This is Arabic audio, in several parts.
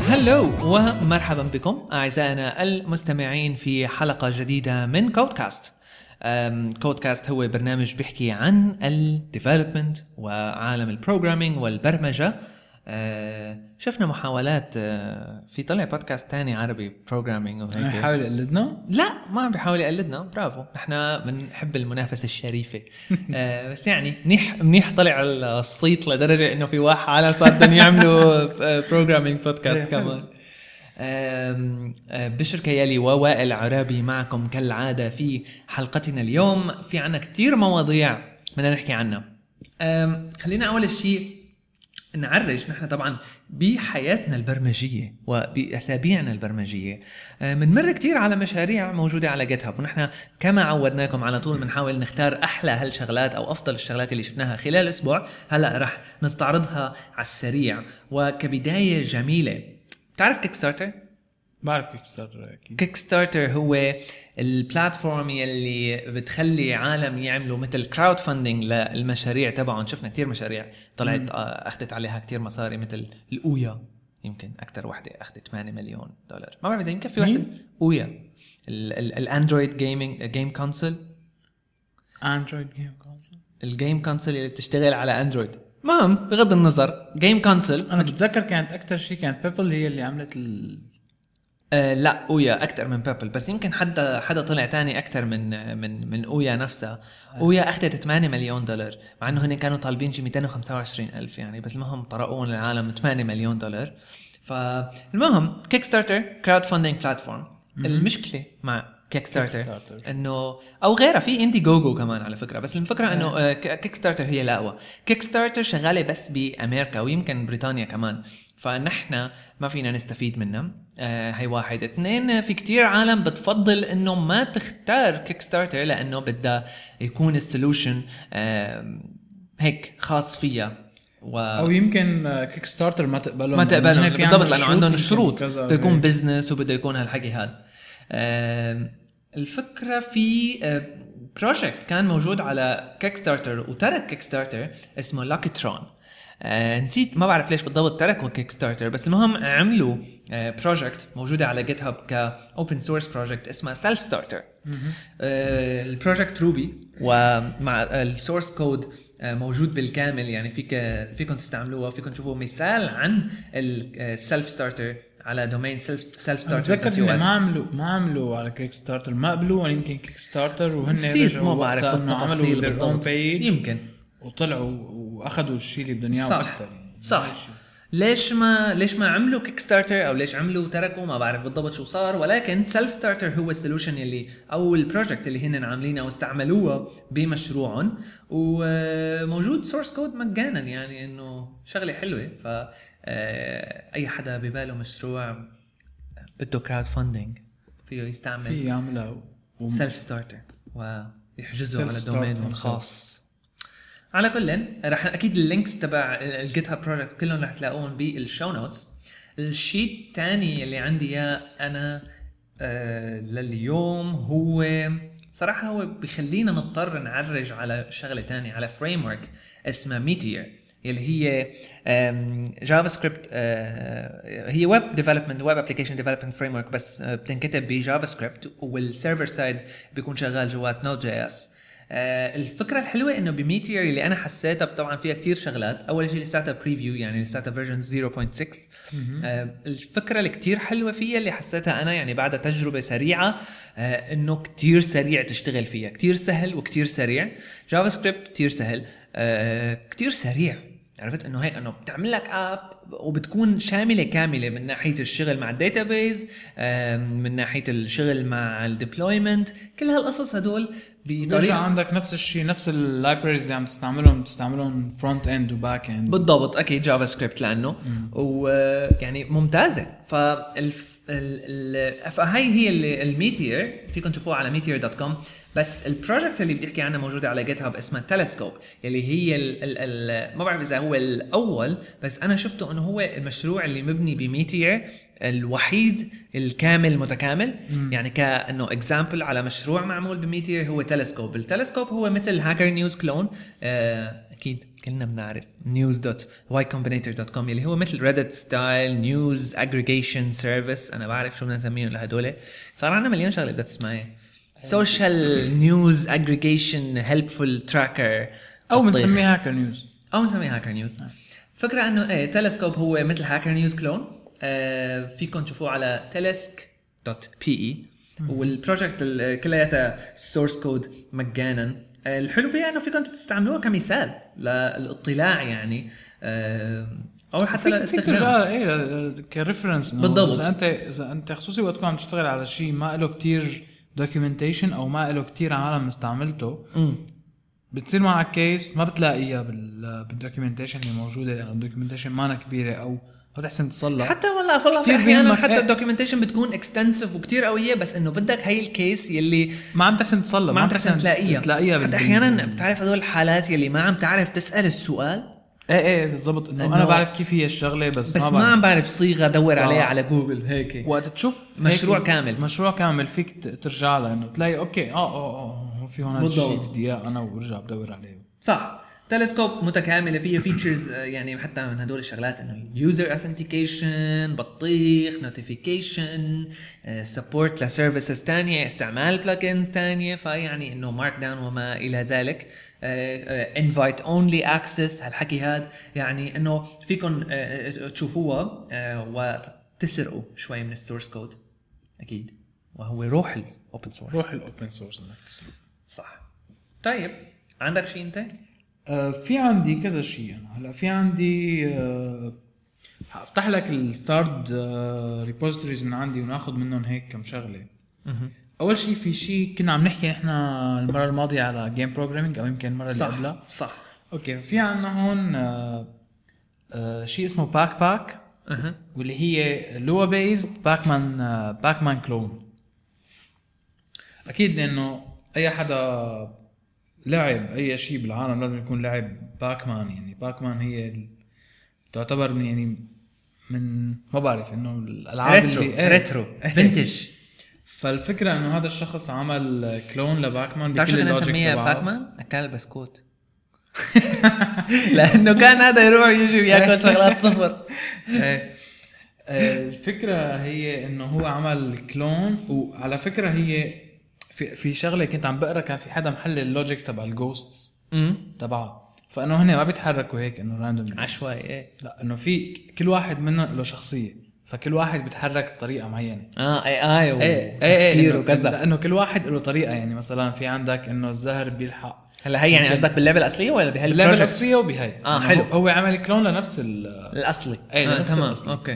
هلو ومرحبا بكم أعزائنا المستمعين في حلقة جديدة من كودكاست. كودكاست هو برنامج بيحكي عن الديفلوبمنت وعالم البروجرامينج والبرمجة. شفنا محاولات في طلع بودكاست تاني عربي بروجرامينج وهيك. بيحاول يقلدنا؟ لا ما عم بيحاول يقلدنا، برافو، نحن بنحب المنافسة الشريفة. بس يعني منيح طلع الصيت لدرجة انه في واحد عالم صار بدهم يعملوا بروجرامينج بودكاست كمان. بشر كيالي ووائل عرابي معكم كالعادة في حلقتنا اليوم. في عنا كتير مواضيع بدنا نحكي عنها. خلينا أول شيء نعرج نحن طبعا بحياتنا البرمجية وبأسابيعنا البرمجية منمر كتير على مشاريع موجودة على جيت هاب، ونحن كما عودناكم على طول بنحاول نختار أحلى هالشغلات أو أفضل الشغلات اللي شفناها خلال أسبوع. هلأ رح نستعرضها على السريع. وكبداية جميلة، تعرف كيك ستارتر؟ بعرف كيك ستارتر. كيك ستارتر هو البلاتفورم يلي بتخلي عالم يعملوا مثل كراود فاندنج للمشاريع تبعهم. شفنا كتير مشاريع طلعت أخذت عليها كتير مصاري، مثل الأويا، يمكن أكتر واحدة أخذت 8 مليون دولار. ما بعرف إذا يمكن في واحدة أويا، الأندرويد جيم كونسول. أندرويد جيم كونسول، الجيم كونسول اللي بتشتغل على أندرويد. مهم بغض النظر جيم كونسول. أنا بتذكر كانت أكتر شيء كانت بيبل هي اللي عملت لا أويا أكتر من بيبل، بس يمكن حدا طلع تاني أكتر من أويا نفسها. أويا أخذت 8 مليون دولار، مع إنه هن كانوا طالبين شيء 225 ألف يعني، بس المهم طرقون العالم 8 مليون دولار. فالمهم كيك ستارتر كراود فاندنج بلاتفورم. المشكلة مع كيك ستارتر انه او غيرها في اندي جوجو كمان على فكره، بس الفكره انه كيك ستارتر هي الاقوى. كيك ستارتر شغاله بس بامريكا ويمكن بريطانيا كمان، فنحن ما فينا نستفيد منها. هي واحد. اثنين، في كتير عالم بتفضل انه ما تختار كيك ستارتر لانه بدها يكون السولوشن هيك خاص فيها، او يمكن كيك ستارتر ما تقبلهم بالضبط لانه عندهم شروط، بده يكون بزنس وبده يكون هالحكي هذا. الفكرة في بروجكت كان موجود على كيك ستارتر وترك كيك ستارتر اسمه لاكيترون. نسيت، ما بعرف ليش بالضبط تركوا كيك ستارتر، بس المهم عملوا بروجكت موجودة على جيت هاب كأوبن سورس بروجكت اسمه سيلف ستارتر. البروجكت روبي ومع السورس كود موجود بالكامل، يعني فيكم تستعملوه، فيكم تشوفوا مثال عن السيلف ستارتر على دومين سيلف ستارتر. اتذكر ما عملوا على كيك ستارتر، ما قبلوا، ولا يمكن كيك ستارتر وهن ما بعرف بالتفاصيل بالضبط يمكن وطلعوا واخذوا الشيء اللي بدهم اياه اكثر يعني. صح. ليش ما عملوا كيك ستارتر او ليش عملوا تركوا ما بعرف بالضبط شو صار، ولكن سيلف ستارتر هو السولوشن اللي او البروجكت اللي هن عاملينه واستعملوه بمشروعهم، وموجود سورس كود مجانا، يعني انه شغله حلوه. ف اي حدا بباله مشروع بده كراود فاندنج فيه يستعمل في يعملها سيلف ستارتر ويحجزوا على دومين الخاص. على كل رح اكيد اللينكس تبع الجيت هاب بروجكت كلهم رح تلاقوهم بالشو نوتس. الشيء الثاني اللي عندي انا لليوم هو صراحه هو بيخلينا نضطر نعرج على شغله تانية، على فريم ورك اسمه ميتير، اللي هي جافا سكريبت. هي ويب ديفلوبمنت، ويب ابلكيشن ديفلوبمنت فريم ورك، بس بتنكتب بجافا سكريبت والسيرفر سايد بيكون شغال جوات نود جي اس. الفكره الحلوه انه بميتير اللي انا حسيتها طبعا فيها كتير شغلات. اول شيء لساتها بريفيو، يعني لساتها فيرجن 0.6. الفكره اللي كتير حلوه فيها اللي حسيتها انا يعني بعد تجربه سريعه انه كتير سريع تشتغل فيها، كتير سهل وكتير سريع. جافا سكريبت كتير سهل، كتير سريع. عرفت انه هيك انه بتعمل لك اب وبتكون شامله كامله من ناحيه الشغل مع الداتابيز، من ناحيه الشغل مع الديبلويمنت، كل هالقصص هدول بطريقه عندك نفس الشيء، نفس اللايبريز اللي عم تستعملهم فرونت اند وباك اند. بالضبط، اكيد جافا سكريبت لانه ويعني ممتازه. فهي هي الميتير، فيكم تشوفوها على meteor.com. بس البروجكت اللي بدي احكي عنه موجود على جيت هاب اسمه تيلسكوب، اللي هي ما بعرف اذا هو الاول، بس انا شفته انه هو المشروع اللي مبني بميتير الوحيد الكامل متكامل. يعني كأنه اكزامبل على مشروع معمول بميتير هو تيلسكوب. التيلسكوب هو مثل هاكر نيوز كلون، اكيد كلنا بنعرف news.ycombinator.com اللي هو مثل reddit style news aggregation service. انا بعرف شو بدنا نسميهم لهدول. صار عنا مليون شغله بدها تسمعها. social news aggregation helpful tracker او بنسميها هاكر نيوز. فكرة انه تيلسكوب هو مثل هاكر نيوز كلون. فيكم تشوفوه على telesk.pe والبروجكت كلياتها سورس كود مجانا. الحلو فيها انه فيكم تستعملوها كمثال للاطلاع يعني او حتى للاستخدام كريفرنس بالضبط. اذا انت خصوصي وقت تكون عم تشتغل على شيء ما له كتير دوكيومنتيشن او ما له كتير عالم استعملته بتصير معك كيس ما بتلاقيها بالدوكيومنتيشن اللي موجوده لانه الدوكيومنتيشن مانا كبيره او بتحسن تصلح. حتى والله في احيانا حتى الدوكيومنتيشن بتكون اكستنسيف وكتير قويه بس انه بدك هاي الكيس يلي ما عم تحسن تصلح ما عم تحسن تلاقيها حتى احيانا بتعرف هدول الحالات يلي ما عم تعرف تسال السؤال. ايه بالضبط انه انا بعرف كيف هي الشغله بس ما عم بعرف صيغه ادور عليها على جوجل هيك. وقت تشوف مشروع كامل فيك ترجع له انه تلاقي اوكي في هون شيء بدي اياه انا وارجع بدور عليه. صح. تلسكوب متكامله فيه فيتشرز يعني حتى من هدول الشغلات انه يوزر اثنتيكيشن بطيخ نوتيفيكيشن سبورت لسيرفيسز ثانيه استعمال بلجنز ثانيه فيعني انه مارك داون وما الى ذلك. انفايت اونلي اكسس هالحكي هذا يعني انه فيكم تشوفوها وتسرقوا شوي من السورس كود اكيد وهو روح الاوبن سورس انك تسرق. صح. طيب عندك شيء انت؟ في عندي كذا شيء. هلا في عندي هفتح لك الستارد ريبوزيتوريز من عندي وناخذ منهم هيك كم شغله. اول شيء في شيء كنا عم نحكي احنا المره الماضيه على جيم بروجرامينج او يمكن المره اللي قبلها. صح. اوكي في عندنا هون شيء اسمه باك واللي هي لوا بيزد باكمان كلون. اكيد لانه اي حدا لعب اي شيء بالعالم لازم يكون لعب باكمان. يعني باكمان هي تعتبر من يعني من ما بعرف انه الالعاب اللي ريترو فينتج. فالفكره انه هذا الشخص عمل كلون لباكمان بكل اللوجيك تبعه. باكمان اكل البسكوت لانه كان هذا يروح يجي وياكل شغلات صفر. الفكره هي انه هو عمل كلون. وعلى فكره هي في شغله كنت عم بقرا كان في حدا محلل اللوجيك تبع الجوستس تبعه فانه هن ما بيتحركوا هيك انه راندوم عشوائي. لا انه في كل واحد منهم له شخصيه فكل واحد بيتحرك بطريقه معينه. اي وتفكير وكذا لانه كل واحد له طريقه. يعني مثلا في عندك انه الزهر بيلحق. هلا هي يعني قصدك باللعبه الاصليه ولا باللعبه الاصليه وبهاي حلو. هو عمل كلون لنفس الاصلي. تمام اوكي.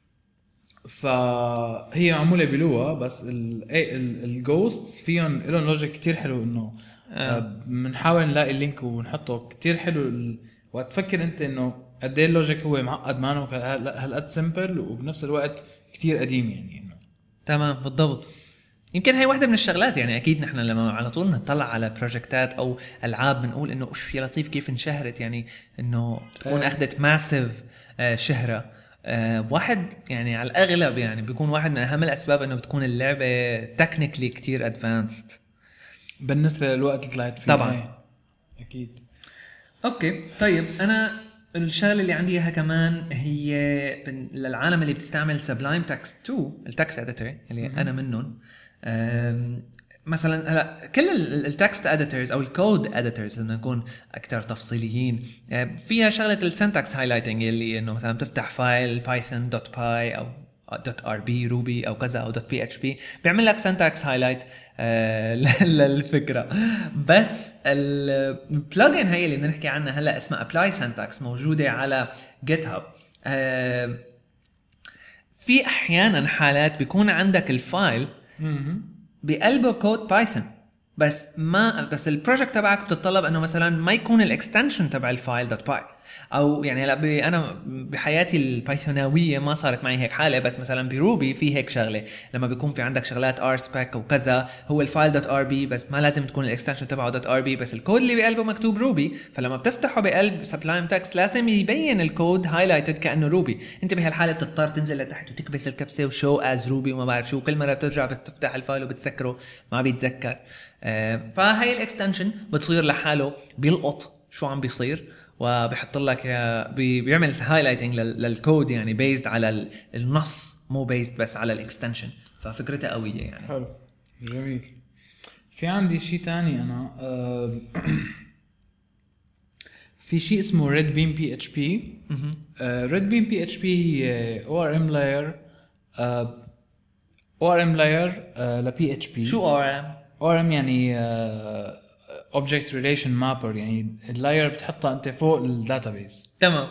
فهي معموله بلغه بس الجوستس فيهم لهم لوجيك كتير حلو انه بنحاول نلاقي اللينك ونحطه كتير حلو. وقت تفكر انت انه قد ايه اللوجيك هو معقد مانو هالقد سمبل وبنفس الوقت كتير قديم. يعني انه تمام بالضبط. يمكن هي واحدة من الشغلات يعني أكيد نحن لما على طول نطلع على بروجكتات أو ألعاب بنقول إنه يا لطيف كيف انشهرت. يعني إنه تكون أخذت ماسيف شهرة. واحد يعني على الأغلب يعني بيكون واحد من أهم الأسباب إنه بتكون اللعبة تكنيكلي كتير أدفانسد بالنسبة للوقت اللي طلعت فيه. طبعا أكيد. أوكي طيب أنا الشغله اللي عندي اياها كمان هي للعالم اللي بتستعمل سبلايم تكست 2 التكست اديتور اللي انا منهم. مثلا هلا كل التكست اديتورز او الكود اديتورز لما نكون اكثر تفصيليين فيها شغله السنتكس هايلايتنج اللي انه مثلا بتفتح فايل python.py او .rb روبي او كذا او .php بيعمل لك syntax highlight للفكره. بس البلجن هي اللي بنحكي عنها هلا اسمها apply syntax موجوده على GitHub. في احيانا حالات بيكون عندك الفايل بقلبه كود بايثون بس البروجكت تبعك بتطلب انه مثلا ما يكون الاكستنشن تبع الفايل .py او يعني هلا انا بحياتي البايثوناويه ما صارت معي هيك حاله بس مثلا بروبي في هيك شغله لما بيكون في عندك شغلات rspec وكذا هو الفايل .rb بس ما لازم تكون الاكستنشن تبعه .rb بس الكود اللي بقلبه مكتوب روبي فلما بتفتحه بقلب سبلايم تكست لازم يبين الكود هايلايتد كانه روبي. انت بهالحاله بتضطر تنزل لتحت وتكبس الكبسه وشو از روبي وما بعرف شو كل مره بترجع بتفتح الفايل وبتسكره ما بيتذكر. فهي الاكستنشن بتصير لحاله بيلقط شو عم بيصير وبيحط لك بيعمل هايلايتنج للكود يعني بيزد على النص مو بيزد بس على الاكستنشن. ففكرتها قويه يعني. حلو جميل. في عندي شيء تاني انا في شيء اسمه Red Beam PHP. Red Beam PHP هي ORM layer ORM layer ل PHP. شو ORM؟ ORM يعني Object Relation Mapper، يعني اللاير بتحطها انت فوق الداتابيز. تمام.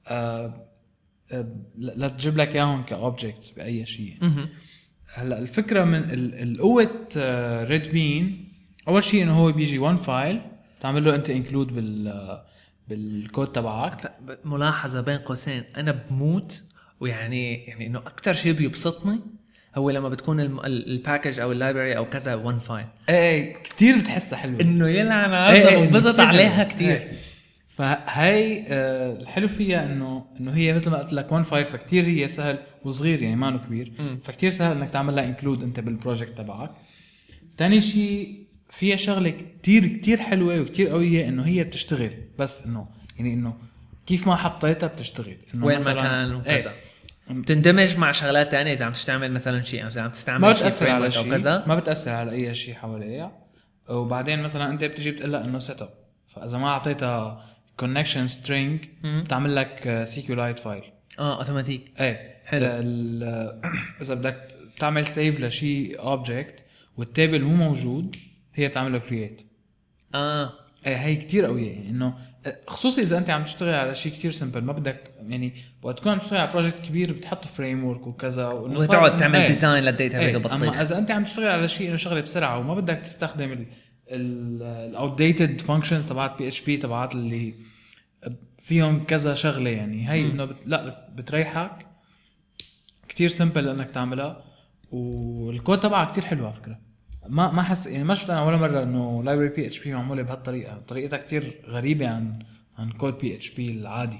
لا تجيب لك اياهم كأوبجكتس بأي شيء. هلا الفكرة من القوة Red Beam أول شيء إنه هو بيجي one فايل تعمل له أنت include بالكود تبعك. ملاحظة بين قوسين، أنا بموت ويعني إنه أكتر شيء بيبسطني هو لما بتكون الباكج أو اللايبراري أو كذا one فايل. إيه كتير بتحسها حلوة إنه يلعن عرضه وبسط عليها كتير. فهي الحلو فيها إنه هي مثل ما قلت لك one فايل، فكتير هي سهل وصغير يعني ما إنه كبير. فكتير سهل إنك تعمل لها include أنت بالبروجكت تبعك. تاني شيء فيها شغلة كتير حلوة وكتير قوية، إنه هي بتشتغل بس إنه يعني إنه كيف ما حطيتها بتشتغل، إنه وين ما كان وكذا. تندمج مع شغلات تانية إذا عم تستعمل مثلا شيء، إذا عم تستعمل شيء فريمورك أو كذا، ما بتأثر على أي شيء حواليها. وبعدين مثلا أنت بتجي بتقلها إنه setup، فإذا ما أعطيتها connection string بتعمل لك SQLite فايل أوتوماتيك. إيه حلو. إذا بدك تعمل save لشيء object والتابل مو موجود، هي بتعمل له create. هي كتير قوية يعني، إنه خصوصي إذا أنت عم تشتغل على شيء كتير simple، ما بدك يعني وقت تكون عم تشتغل على بروجكت كبير بتحط فريمورك وكذا وتقعد تعمل ديزاين للداتابيز وبطيخ. أما إذا أنت عم تشتغل على شيء إنه شغله بسرعة وما بدك تستخدم outdated functions تبعت PHP تبعت اللي فيهم كذا شغلة يعني، هي إنه لا بتريحك كتير simple إنك تعملها. والكود تبعها كتير حلو على فكرة. ما حس يعني ما شفت انا ولا مره انه لايبرري PHP معموله بهالطريقه، طريقتها كتير غريبه عن كود PHP العادي.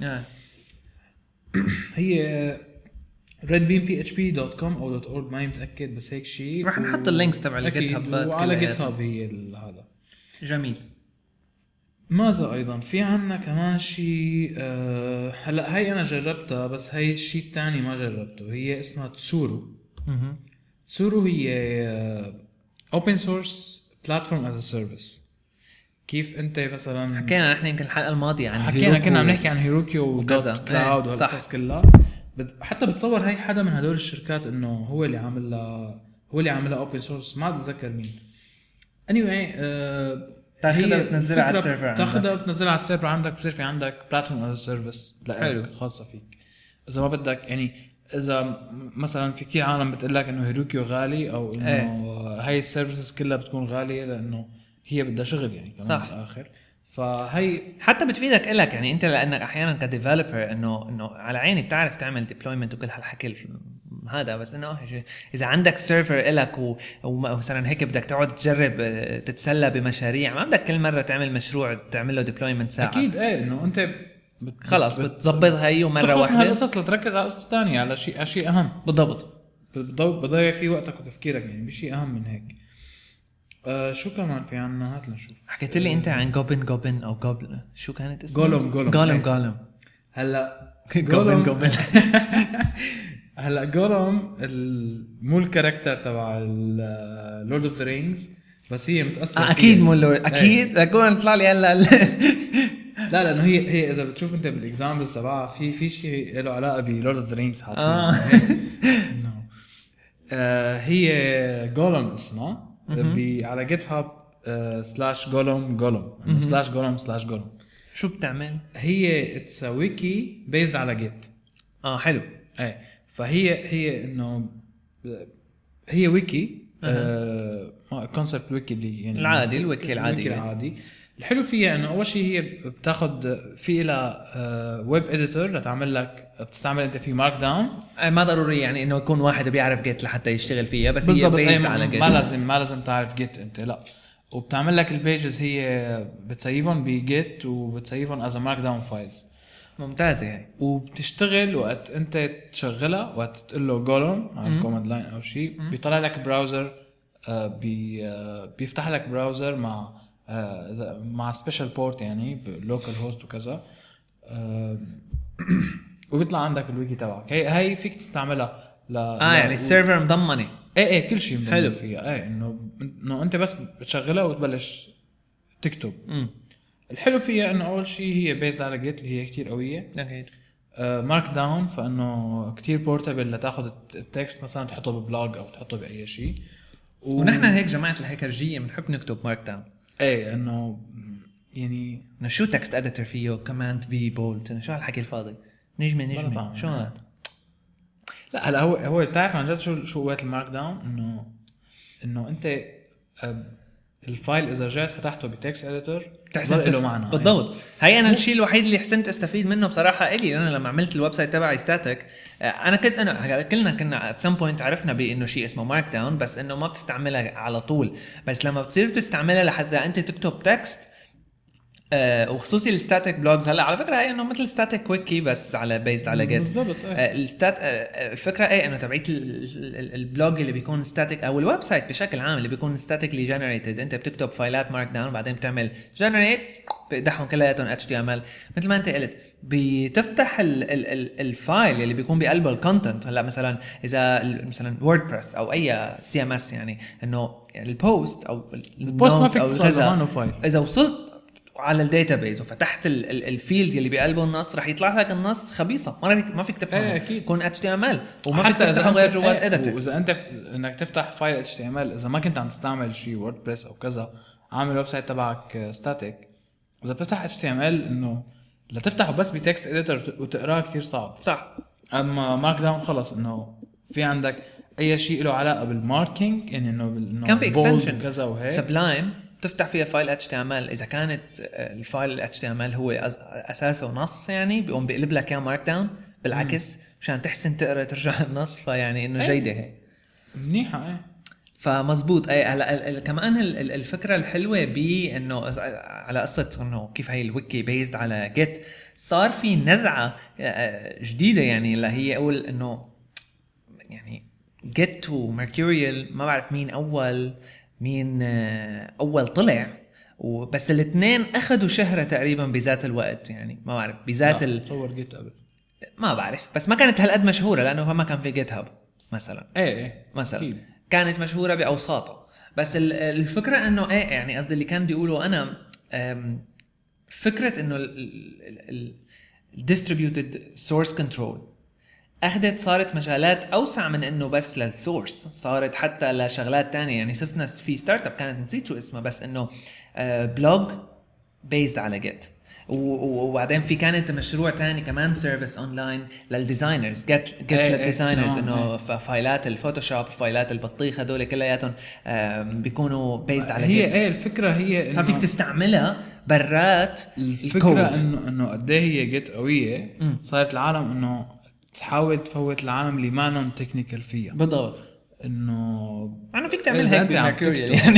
هي redbeamphp.com او .org ماني متاكد، بس هيك شيء. راح نحط اللينكس تبع الجيت هاب وعلى جيت هاب هي هذا. جميل. ماذا ايضا في عنا كمان شيء هلا هي انا جربتها، بس هي الشيء الثاني ما جربته، هي اسمها تسورو. تسورو هي open source platform as a service. كيف انت مثلا حكينا نحن يمكن الحلقه الماضيه عن كنا عم نحكي عن هيروكيو ودوت كلاود والاساس كلها. حتى بتصور هاي حدا من هدول الشركات انه هو اللي عاملها open source، ما بتذكر مين. anyway تاخذها بتنزلها على السيرفر عندك، تاخذها بتنزلها على السيرفر عندك، بصير في عندك platform as a service حلو خاصه فيك. اذا ما بدك يعني اذا مثلا في كتير عالم بتقول لك انه هيروكيو غالي او انه هاي السيرفيسز كلها بتكون غاليه لانه هي بدها شغل يعني كمان بالاخر. فهي حتى بتفيدك إلك يعني انت، لانك احيانا كديفلوبر انه على عيني بتعرف تعمل ديبلويمنت وكل هالحكي هذا، بس انه اذا عندك سيرفر إلك ومثلا هيك بدك تقعد تجرب تتسلى بمشاريع، ما بدك كل مره تعمل مشروع تعمل له ديبلويمنت ساعه. اكيد انه انت خلاص بتظبطها هي ومره واحده على اساس لتركز على اساس ثاني، على شيء اهم. بالضبط. بضيع في وقتك وتفكيرك يعني بشيء اهم من هيك. شو كمان في عنا؟ هات نشوف. حكيت لي انت عن جوبن او جوبل، شو كانت اسمها؟ جولم. هلا جوبن هلا جولم مو الكاركتر تبع لورد اوف ذا رينجز، بس هي متاثره اكيد مو اكيد لكون طلع لي هلا لا لانه هي اذا بتشوف انت بالاكزامبلز تبعها في شيء له علاقه بلورد اوف ذا رينجز حاطين. هي جولم اسمها على جيت هاب /golem/golem. شو بتعمل؟ هي اتس ويكي بيزد على جيت. حلو. فهي انه هي ويكي كونسبت ويكي اللي يعني العادي الويكي العادي. الحلو فيها انه اول شيء هي بتاخذ في لها ويب اديتور لتعمل لك، بتستعمل انت في مارك داون. ما ضروري يعني انه يكون واحد بيعرف جيت لحتى يشتغل فيها، بس هي بيزد على جيت. ما لازم تعرف جيت انت، لا. وبتعمل لك البيجز، هي بتسيفهم بجيت وبتسيفهم از مارك داون فايلز. ممتازه هي. وبتشتغل وقت انت تشغلها، وقت تقول له جولم على الكوماند لاين او شيء، بيطلع لك براوزر، بيفتح لك براوزر مع مع سبيشال بورت يعني لوكال هوست وكذا. وبيطلع عندك الويكي تبعك. هي فيك تستعملها يعني السيرفر مضمنه. ايه كل شيء حلو فيها. ايه انه انت بس بتشغلها وتبلش تكتب. الحلو فيها انه اول شيء هي بيز على جيت اللي هي كتير قويه اكيد. مارك داون، فانه كتير بورتابل لتاخذ التكست مثلا تحطه ببلوج او تحطه باي شيء. ونحن هيك جماعه الهيكرجيه بنحب نكتب مارك داون. ايه انه يعني شو تكست اديتور فيه كوماند بي بولد، شو هالحكي الفاضي، نجمه شو هذا. لا هلا هو بتعرف عن جد شو قوه المارك داون، انه انت الفايل اذا رجعت فتحته بتكست اديتور بتحسن له معنى. بالضبط. هي انا الشيء الوحيد اللي حسنت استفيد منه بصراحه الي، انا لما عملت الويب سايت تبعي ستاتيك، انا كلنا كنا ات سم بوينت عرفنا بانه شيء اسمه مارك داون، بس انه ما بتستعملها على طول. بس لما بتصير تستعملها لحتى انت تكتب تكست، وخصوصي الستاتيك بلوجز. هلا على فكره هي انه مثل ستاتيك ويكي بس على بيزد على جيت بالضبط. الفكره انه تبعيت البلوج اللي بيكون ستاتيك او الويب سايت بشكل عام اللي بيكون ستاتيكلي جنريتد، انت بتكتب فايلات مارك داون بعدين بتعمل جنريت بيدحهم كلياتهم HTML مثل ما انت قلت. بتفتح الفايل اللي بيكون بقلبه الكونتنت. هلا مثلا اذا مثلا ووردبريس او اي CMS، يعني انه البوست او البوست ما فيك تصل فايل. اذا وصلت على الداتابيز وفتحت الفيلد اللي بيقلبه النص رح يطلع لك النص خبيصه، ما فيك تفهمه. يكون HTML وما فيك تفتحه غير جوات اديتور. واذا انت انك تفتح فايل HTML اذا ما كنت عم تستعمل شيء ووردبريس او كذا، عامل ويب سايت تبعك ستاتيك، اذا بتفتح HTML انه لتفتحه بس بتكست اديتور وتقراه كثير صعب. صح. اما مارك داون خلص انه في عندك اي شيء له علاقه بالماركينج، يعني انه كان في اكستنشن كذا وهيك سبلايم تفتح فيها فايل HTML. اذا كانت الفايل HTML هو اساسه نص يعني بيقوم بيقلب لك اياه مارك داون بالعكس مشان تحسن تقرا ترجع النص. فيعني انه جيده هي منيحه. فمزبوط. هلا كمان الفكره الحلوه بانه على قصه انه كيف هي الويكي بيزد على جيت، صار في نزعه جديده يعني اللي هي اقول انه يعني جيت وميركوريال ما بعرف مين اول طلع، وبس الاثنين اخذوا شهرة تقريبا بذات الوقت. يعني ما بعرف بذات تصور جيت قبل ما بعرف، بس ما كانت هالقد مشهورة لانه ما كان في جيت هاب مثلا. ايه مثلا أكيد. كانت مشهورة باوساطها. بس الفكرة انه يعني قصدي اللي كان بيقولوا انا فكرة انه distributed source control اخذت صارت مجالات اوسع من انه بس للسورس، صارت حتى لشغلات تانية. يعني شفنا في ستارت اب كانت نسيت شو اسمها، بس انه بلوج بيزد على جيت، وبعدين في كانت مشروع تاني كمان سيرفيس اونلاين للديزاينرز جيت للديزاينرز، انه فايلات الفوتوشوب فايلات البطيخ هذول كلياتهم بيكونوا بيزد على جيت. هي الفكره هي صار فيك تستعملها برات الفكره انه قد ايه هي جيت قويه. صارت العالم انه تحاول تفوت العالم اللي ما نون تكنيكال فيها. بالضبط. انه فيك تعمل هيك بميركوريال يعني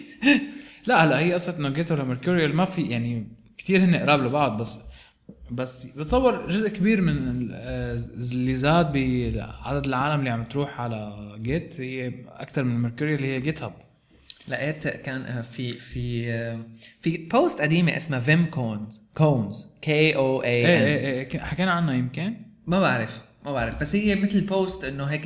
لا هي قصة انه جيت ولا ميركوريال ما في يعني كتير هن قراب لبعض، بس بتصور جزء كبير من اللي زاد بعدد العالم اللي عم تروح على جيت هي اكتر من ميركوريال اللي هي جيت هاب. لقيت كان في بوست قديمه اسمها فيم كونز KOAN حكينا عنها يمكن ما بعرف بس هي مثل بوست انه هيك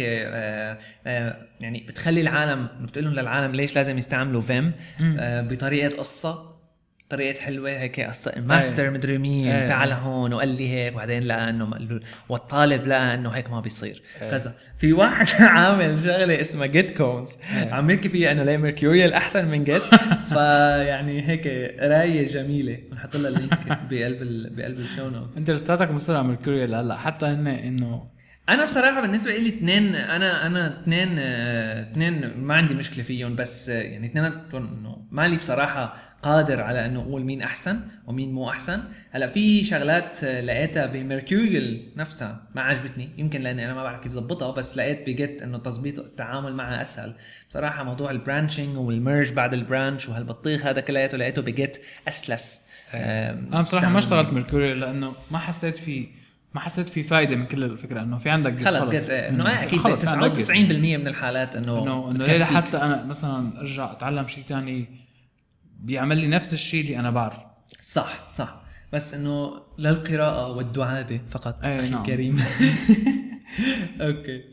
يعني بتخلي العالم بتقول لهم للعالم ليش لازم يستعملوا فيم بطريقه قصه، طريقه حلوه هيك قصه ماستر مدري مين تعال هون وقال لي هيك، وبعدين لقى انه والطالب لقى انه هيك ما بيصير كذا. في واحد عامل شغله اسمها جيت كونز عم يحكي فيها انه لا ميركوريال احسن من جيت فيعني هيك قرايه جميله بنحط لها اللينك بقلب الشو نوت. انت لساتك مصر على ميركوريال هلا حتى انه انا بصراحه بالنسبه لي اثنين انا اثنين ما عندي مشكله فيهم، بس يعني اثنيناتهم انه مالي بصراحه قادر على انه اقول مين احسن ومين مو احسن. هلا في شغلات لقيتها بميركوريال نفسها ما عجبتني، يمكن لاني انا ما بعرف كيف ضبطها، بس لقيت بجيت انه تظبيط التعامل معها اسهل بصراحه. موضوع البرانشنج والميرج بعد البرانش وهالبطيخ هذا كلياته لقيته بجيت اسلس. انا بصراحه ما اشتغلت ميركوريال لانه ما حسيت في فايده من كل الفكره انه في عندك خلص جيت انه اكيد 99% من الحالات انه ليه حتى انا مثلا ارجع اتعلم شيء تاني بيعمل لي نفس الشيء اللي انا بعرفه. صح بس انه للقراءة والدعابة فقط. اخي نعم. الكريم. اوكي.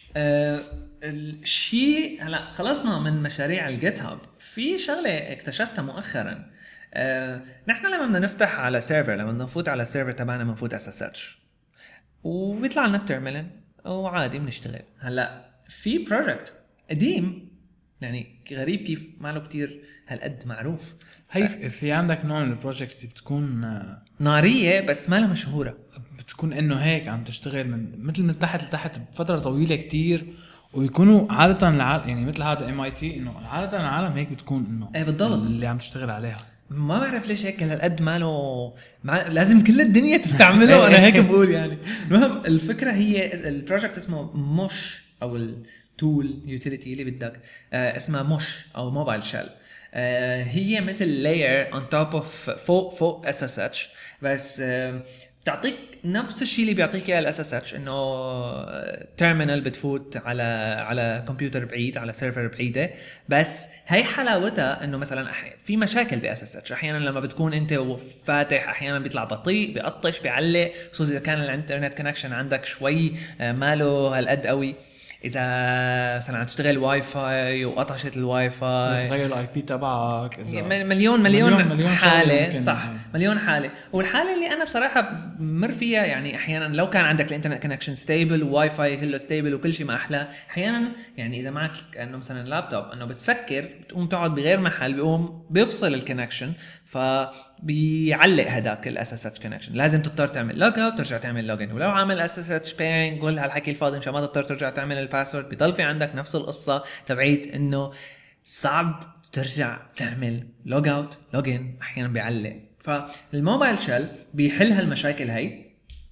الشيء هلا خلصنا من مشاريع الجيت هاب. في شغلة اكتشفتها مؤخرا. نحن لما بدنا نفتح على سيرفر، لما بدنا نفوت على السيرفر تبعنا بنفوت SSH وبيطلع لنا التيرمينال وعادي بنشتغل. هلا في بروجكت قديم يعني غريب كيف ما له كتير هالقد معروف. هي في عندك نوع من البروجكتس بتكون نارية بس ما لها مشهورة، بتكون انه هيك عم تشتغل من تحت لتحت بفترة طويلة كتير، ويكونوا عادة العالم يعني مثل هذا MIT انه عادة العالم هيك بتكون انه ايه بالضبط اللي عم تشتغل عليها. ما بعرف ليش هيك هالقد ماله لازم كل الدنيا تستعمله. انا هيك بقول يعني. المهم الفكرة هي البروجكت اسمه مش او التول يوتيليتي اللي بدك اسمها مش او موبايل شيل. هي مثل layer on top of فوق SSH بس بتعطيك نفس الشيء اللي بيعطيك اياه ال SSH، انه تيرمينال بتفوت على كمبيوتر بعيد، على سيرفر بعيده. بس هي حلاوتها انه مثلا في مشاكل ب SSH احيانا لما بتكون انت فاتح، احيانا بيطلع بطيء، بيقطش، بيعلق، خصوصا اذا كان الانترنت كونكشن عندك شوي ماله هالقد قوي. اذا مثلا عم تشتغل واي فاي وقطشت الواي فاي، تغير الاي بي تبعك، مليون حاله. صح يعني. مليون حاله. والحاله اللي انا بصراحه بمر فيها يعني احيانا لو كان عندك الانترنت كونكشن ستيبل وواي فاي كله ستيبل وكل شيء ما احلى، احيانا يعني اذا معك انه مثلا لابتوب انه بتسكر بتقوم تقعد بغير محل، بيقوم بيفصل الكونكشن فبيعلق هداك الاس اس اتش كونكشن. لازم تضطر تعمل لوج اوت ترجع تعمل لوجن، ولو عامل اس اس اتش بيرنج كل هالحكي الفاضي مشان ما تضطر ترجع تعمل الباسورد، بيضل في عندك نفس القصه تبعيت انه صعب ترجع تعمل لوج اوت لوجن، احيانا بيعلق. فالموبايل شيل بيحل هالمشاكل هي.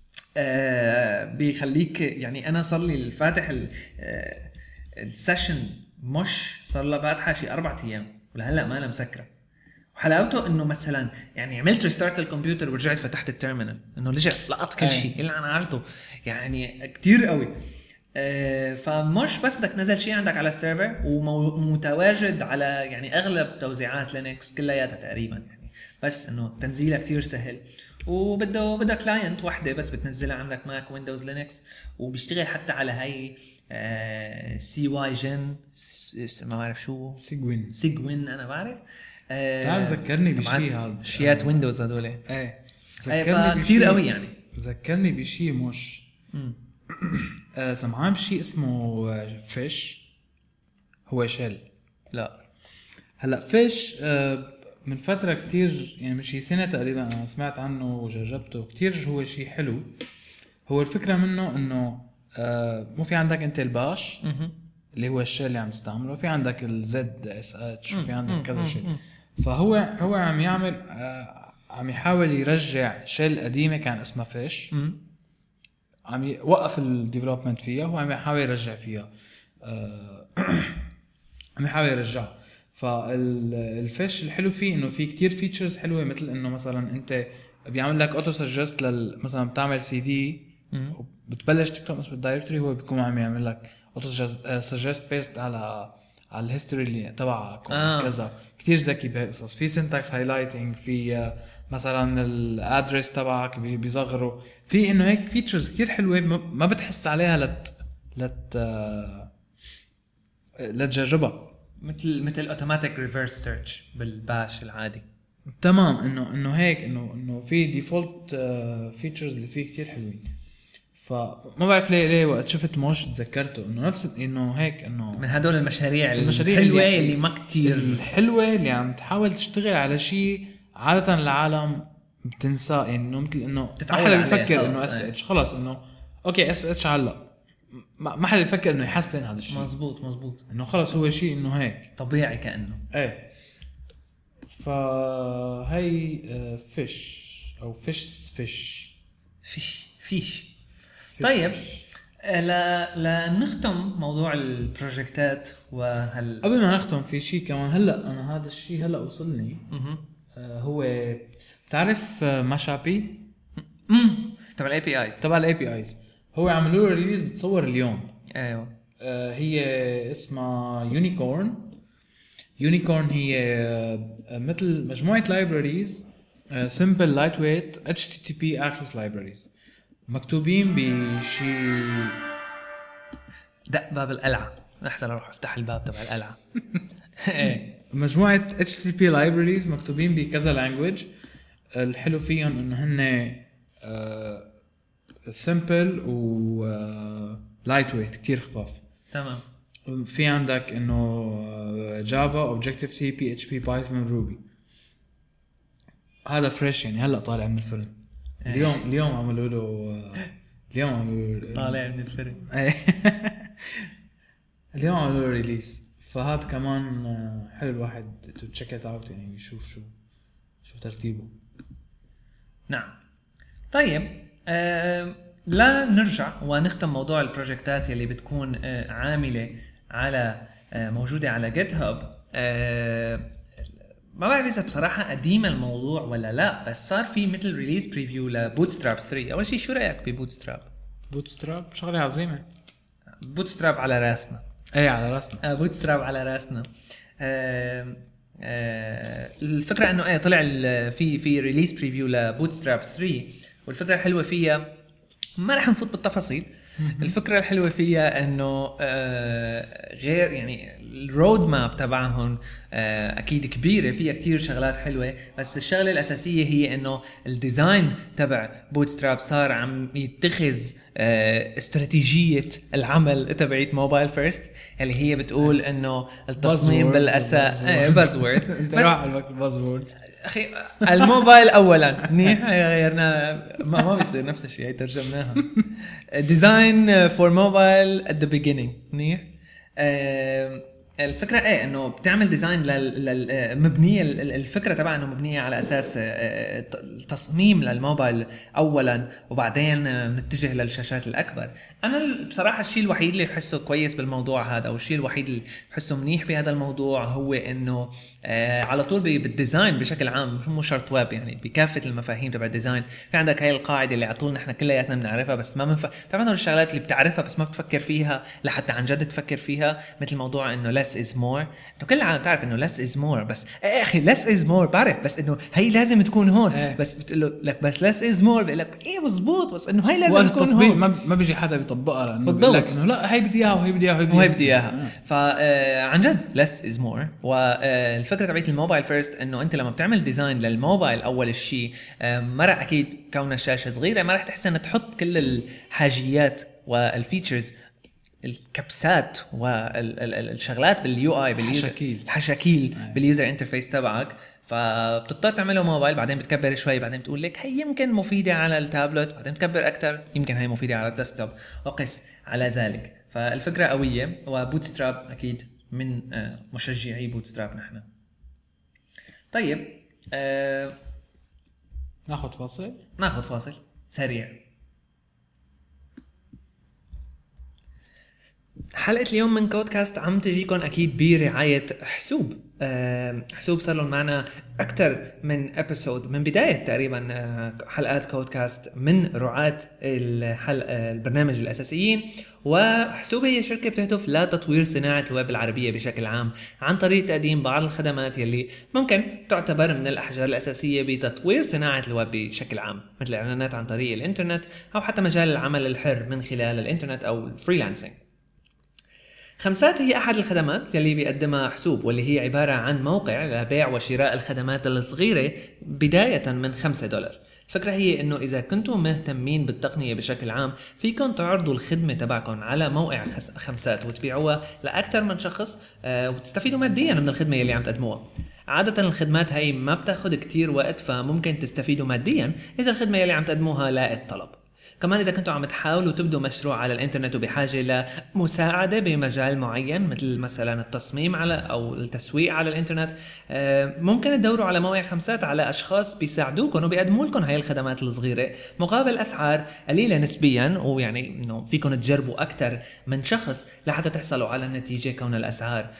بيخليك يعني انا صار لي الفاتح السيشن مش صار له فاتحه شي 4 ايام ولهلا ما انا مسكره. وحلاوته انه مثلا يعني عملت ريستارت للكمبيوتر ورجعت فتحت التيرمينال انه رجع لقط كل شيء اللي انا عملته، يعني كتير قوي. فمش بس بدك تنزل شيء عندك على السيرفر ومتواجد على يعني اغلب توزيعات لينكس كلياتها تقريبا يعني، بس انه تنزيلها كتير سهل. وبدها كلاينت وحده بس بتنزلها عندك ماك ويندوز لينكس، وبيشتغل حتى على هاي سي واي جن ما بعرف شو سيجوين انا بعرف. تعال ذكرني بشيء هذا شيات ويندوز هذول. ايه ذكرني كتير قوي يعني. ذكرني بشيء مش سمعان بشيء اسمه فيش. هو شيل. لا هلا فيش من فترة كتير يعني مش هي سنة تقريبا أنا سمعت عنه وجربته كتير. هو شيء حلو. هو الفكرة منه إنه مو في عندك أنت الباش اللي هو الشيء اللي عم تستعمله، في عندك الزد اس اتش، في عندك كذا شيء. فهو عم يعمل عم يحاول يرجع شيل قديمة كان اسمها فيش، عم يوقف الديفلوبمنت فيها وعم يحاول يرجع فيها عم يحاول يرجع. فالفيش الحلو فيه انه في كتير فيتشرز حلوه، مثل انه مثلا انت بيعمل لك اوتو سجست مثلا بتعمل سي دي وبتبلش تكتب اسم الدايركتوري، هو بيكون عم يعمل لك اوتو سجست بيست على الهيستوري اللي تبعك كذا. كتير ذكي بهالقصص. في سينتاكس هايلايتنج، في مثلا الادرس تبعك بيصغره، في انه هيك فيتشرز كتير حلوه ما بتحس عليها لتجربها، مثل اوتوماتيك ريفرس سيرش بالباش العادي. تمام. انه هيك انه في ديفولت فيتشرز اللي فيه كتير حلوين. فما بعرف ليه وقت شفت موش تذكرته انه نفس انه هيك انه من هدول المشاريع الحلوه اللي ما كتير الحلوه اللي عم تحاول تشتغل على شيء عاده العالم بتنساه. انه مثل انه ما حدا بيفكر انه اس اتش خلص انه اوكي اس اتش هلا ما حدا يفكر انه يحسن هذا الشيء. مزبوط انه خلص هو شيء انه هيك طبيعي كانه ايه. فهي فيش او فيش. طيب لا نختم موضوع البروجكتات قبل ما نختم في شيء كمان. هلا انا هذا الشيء هلا وصلني. هو تعرف ماشابي تبع الاي بي ايز هو عملوا له ريليز بتصور اليوم. ايوه هي اسمها يونيكورن. يونيكورن هي مثل مجموعة libraries simple lightweight HTTP access libraries مكتوبين بشي دق باب القلعة لحظة اروح افتح الباب تبع القلعة. مجموعة HTTP libraries مكتوبين بكذا language. الحلو فيهم انه هن simple و lightweight كتير خفاف. تمام. في عندك انه جافا Objective-C PHP Python Ruby. هذا فريش يعني هلا طالع من الفرن. اليوم عملوا له طالع من الفرن. اليوم عملوا له ريليس. فهذا كمان حلو الواحد تو تشيك ات اوت يعني يشوف شو ترتيبه. نعم. طيب لا نرجع ونختم موضوع البروجكتات اللي بتكون عاملة على موجودة على جيت هاب. ما بعرف إذا بصراحة قديم الموضوع ولا لا، بس صار في مثل ريليز بريفيو لبوتستراب 3. أول شيء شو رأيك ببوتستراب؟ بوتستراب شغلة عظيمة. بوتستراب على راسنا. ايه على راسنا. بوتستراب على راسنا. الفكرة انه طلع في ريليز بريفيو لبوتستراب 3، والفكرة الحلوة فيها ما رح نفوت بالتفاصيل. الفكرة الحلوة فيها انه غير يعني الرود ماب تبعهم اكيد كبيرة، فيها كتير شغلات حلوة، بس الشغلة الاساسية هي انه الديزاين تبع بوتستراب صار عم يتخذ استراتيجية العمل تبعت موبايل فيرست، اللي هي بتقول انه التصميم بالاساس بازورد. انت راح على البازورد اخي الموبايل اولا منيح، غيرنا ما بيصير نفس الشيء، هي ترجمناها ديزاين فور موبايل ات ذا بيجينينج منيح. الفكره انه بتعمل ديزاين مبنيه، الفكره تبعها انه مبنيه على اساس التصميم للموبايل اولا، وبعدين نتجه للشاشات الاكبر. انا بصراحه الشيء الوحيد اللي بحسه كويس بالموضوع هذا، او الشيء الوحيد اللي بحسه منيح بهذا الموضوع، هو انه على طول بالديزاين بشكل عام، مو شرط ويب، يعني بكافه المفاهيم تبع الديزاين. في عندك هاي القاعده اللي عطولنا احنا كلياتنا بنعرفها، بس ما بتعرف انه الشغلات اللي بتعرفها بس ما بتفكر فيها لحتى عن جد تفكر فيها، مثل موضوع انه less is more. انه كل العالم تعرف انه less is more، بس اخي less is more بعرف، بس انه هي لازم تكون هون. بس بتقول له لك بس less is more، بقول لك ايه مزبوط، بس انه هي لازم تكون هون. ما بيجي حدا بيطبقها، لانه بيقول لك انه لا هي بدي اياها وهي بدي اياها وهي بدي اياها. فعن جد less is more. والفكره تبعت الموبايل فيرست انه انت لما بتعمل ديزاين للموبايل اول شيء، ما راح اكيد كون الشاشه صغيره ما راح تحسن تحط كل الحاجيات والفيتشرز، الكبسات والشغلات باليو اي الحشاكيل باليوزر انترفيس تبعك. فبتضطر تعمله موبايل، بعدين بتكبر شوي، بعدين بتقول لك هي يمكن مفيده على التابلت، بعدين تكبر اكثر يمكن هي مفيده على الديسكتوب، وقس على ذلك. فالفكره قويه، وبوتستراب اكيد من مشجعي بوتستراب نحن. طيب ناخذ فاصل سريع. حلقة اليوم من كودكاست عم تجيكم أكيد برعاية حسوب. حسوب صار لهم معنا أكثر من ابيسود من بداية تقريبا حلقات كودكاست، من رعاة البرنامج الأساسيين. وحسوب هي شركة بتهدف لتطوير صناعة الويب العربية بشكل عام، عن طريق تقديم بعض الخدمات يلي ممكن تعتبر من الأحجار الأساسية بتطوير صناعة الويب بشكل عام، مثل الإعلانات عن طريق الإنترنت، أو حتى مجال العمل الحر من خلال الإنترنت أو الفريلانسينج. خمسات هي أحد الخدمات يلي بيقدمها حسوب، واللي هي عبارة عن موقع لبيع وشراء الخدمات الصغيرة بداية من $5. الفكرة هي إنه إذا كنتم مهتمين بالتقنية بشكل عام، فيكم تعرضوا الخدمة تبعكم على موقع خمسات وتبيعوها لأكثر من شخص، وتستفيدوا ماديا من الخدمة يلي عم تقدموها. عادة الخدمات هاي ما بتاخد كتير وقت، فممكن تستفيدوا ماديا إذا الخدمة يلي عم تقدموها لاقت طلب. كمان إذا كنتوا عم تحاولوا تبدوا مشروع على الإنترنت وبحاجة لمساعدة بمجال معين، مثل مثلا التصميم أو التسويق على الإنترنت، ممكن تدوروا على موقع خمسات على أشخاص بيساعدوكم وبيقدموا لكم هاي الخدمات الصغيرة مقابل أسعار قليلة نسبيا، ويعني إنه فيكم تجربوا أكثر من شخص لحتى تحصلوا على النتيجة، كون الأسعار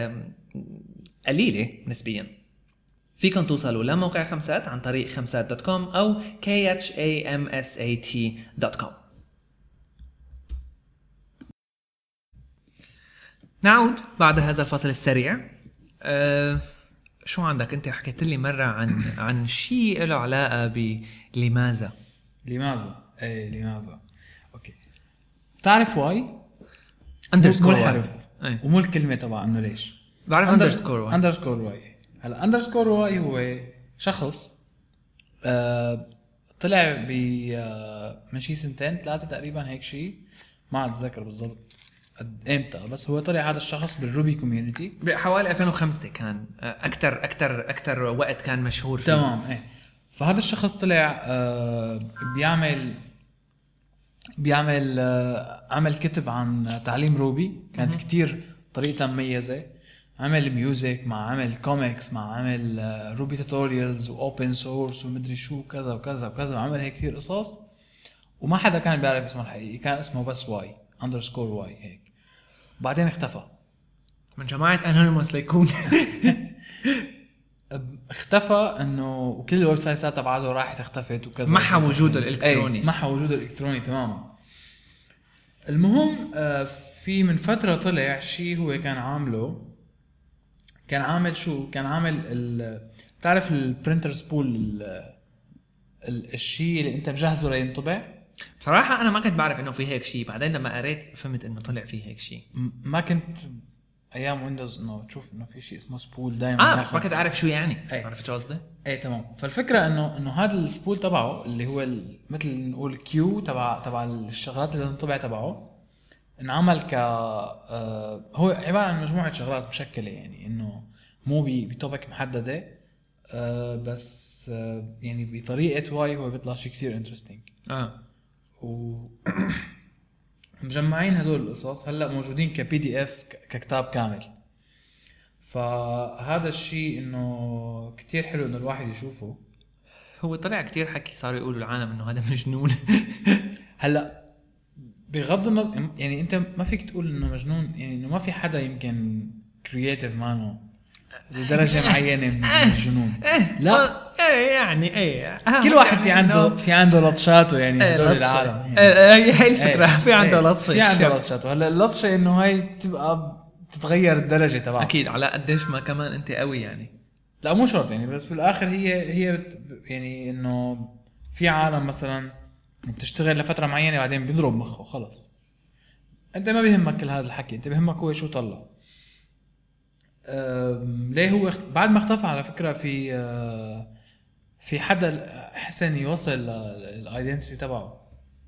قليلة نسبيا. فيكم توصلوا لموقع خمسات عن طريق خمسات.com أو khamsat.com. نعود بعد هذا الفاصل السريع. شو عندك انت؟ حكيت لي مره عن شيء له علاقه بلماذا. ايه لماذا. اوكي، تعرف واي اندرسكور مو الحرف ومو الكلمه تبع انه ليش بعرف اندرسكور واي. هلا اندرسكور واي هو شخص طلع من شي 2-3 تقريبا هيك شيء، ما اتذكر بالضبط امتى، بس هو طلع هذا الشخص بالروبي كوميونتي بحوالي 2005 كان اكثر وقت كان مشهور فيه. تمام. ايه، فهذا الشخص طلع عمل كتب عن تعليم روبي، كانت كتير طريقة مميزة. عمل ميوزك، مع عمل كوميكس، مع عمل روبي توتوريالز واوبن سورس ومدري شو كذا وكذا وكذا، وعمل هيك كتير قصص، وما حدا كان بيعرف اسمه الحقيقي، كان اسمه بس واي اندرسكور واي هيك. بعدين اختفى من جماعة انونيموس ليكون اختفى انه، وكل الويب سايتات تبعته راحت اختفت وكذا، محى وجوده الالكتروني. محى وجوده الالكتروني تماما. المهم في من فترة طلع شيء هو كان عامل شو كان عامل تعرف البرينتر سبول، الشيء اللي انت مجهزه لينطبع. بصراحة انا ما كنت بعرف انه في هيك شيء، بعدين لما قريت فهمت انه طلع في هيك شيء. ما كنت ايام ويندوز انه تشوف انه في شيء اسمه سبول دائما. بس ما كنت اعرف شو يعني. عرفت شو قصدي؟ ايه تمام. فالفكرة انه هذا السبول تبعه اللي هو مثل نقول كيو تبع الشغلات اللي انطبع تبعه، انعمل هو عبارة عن مجموعة شغلات مشكلة، يعني انه مو بتوبك محددة، بس يعني بطريقة واي هو بيطلع شيء كتير انترستينج. مجمعين هدول القصص هلا موجودين كبي دي اف ككتاب كامل. فهذا الشيء انه كتير حلو انه الواحد يشوفه. هو طلع كتير حكي صاروا يقولوا العالم انه هذا مجنون. هلا بغض النظر يعني انت ما فيك تقول انه مجنون، يعني انه ما في حدا يمكن كرياتيف مانو لدرجة معينة من الجنون. لا يعني كل واحد في عنده لطشاته، يعني هدول العالم هي الفكرة. في عنده لطشاته. هلا اللطشة انه هاي تبقى تتغير الدرجة تبعها اكيد على قديش ما كمان انت قوي يعني. لا مو شرط يعني، بس بالاخر هي يعني انه في عالم مثلا بتشتغل لفترة معينة بعدين بيضرب مخه خلص. انت ما بيهمك كل هذا الحكي، انت بيهمك هو شو طلع. ليه هو بعد ما اختفى على فكرة في حدا حسن يوصل الايدنتيتي تبعه.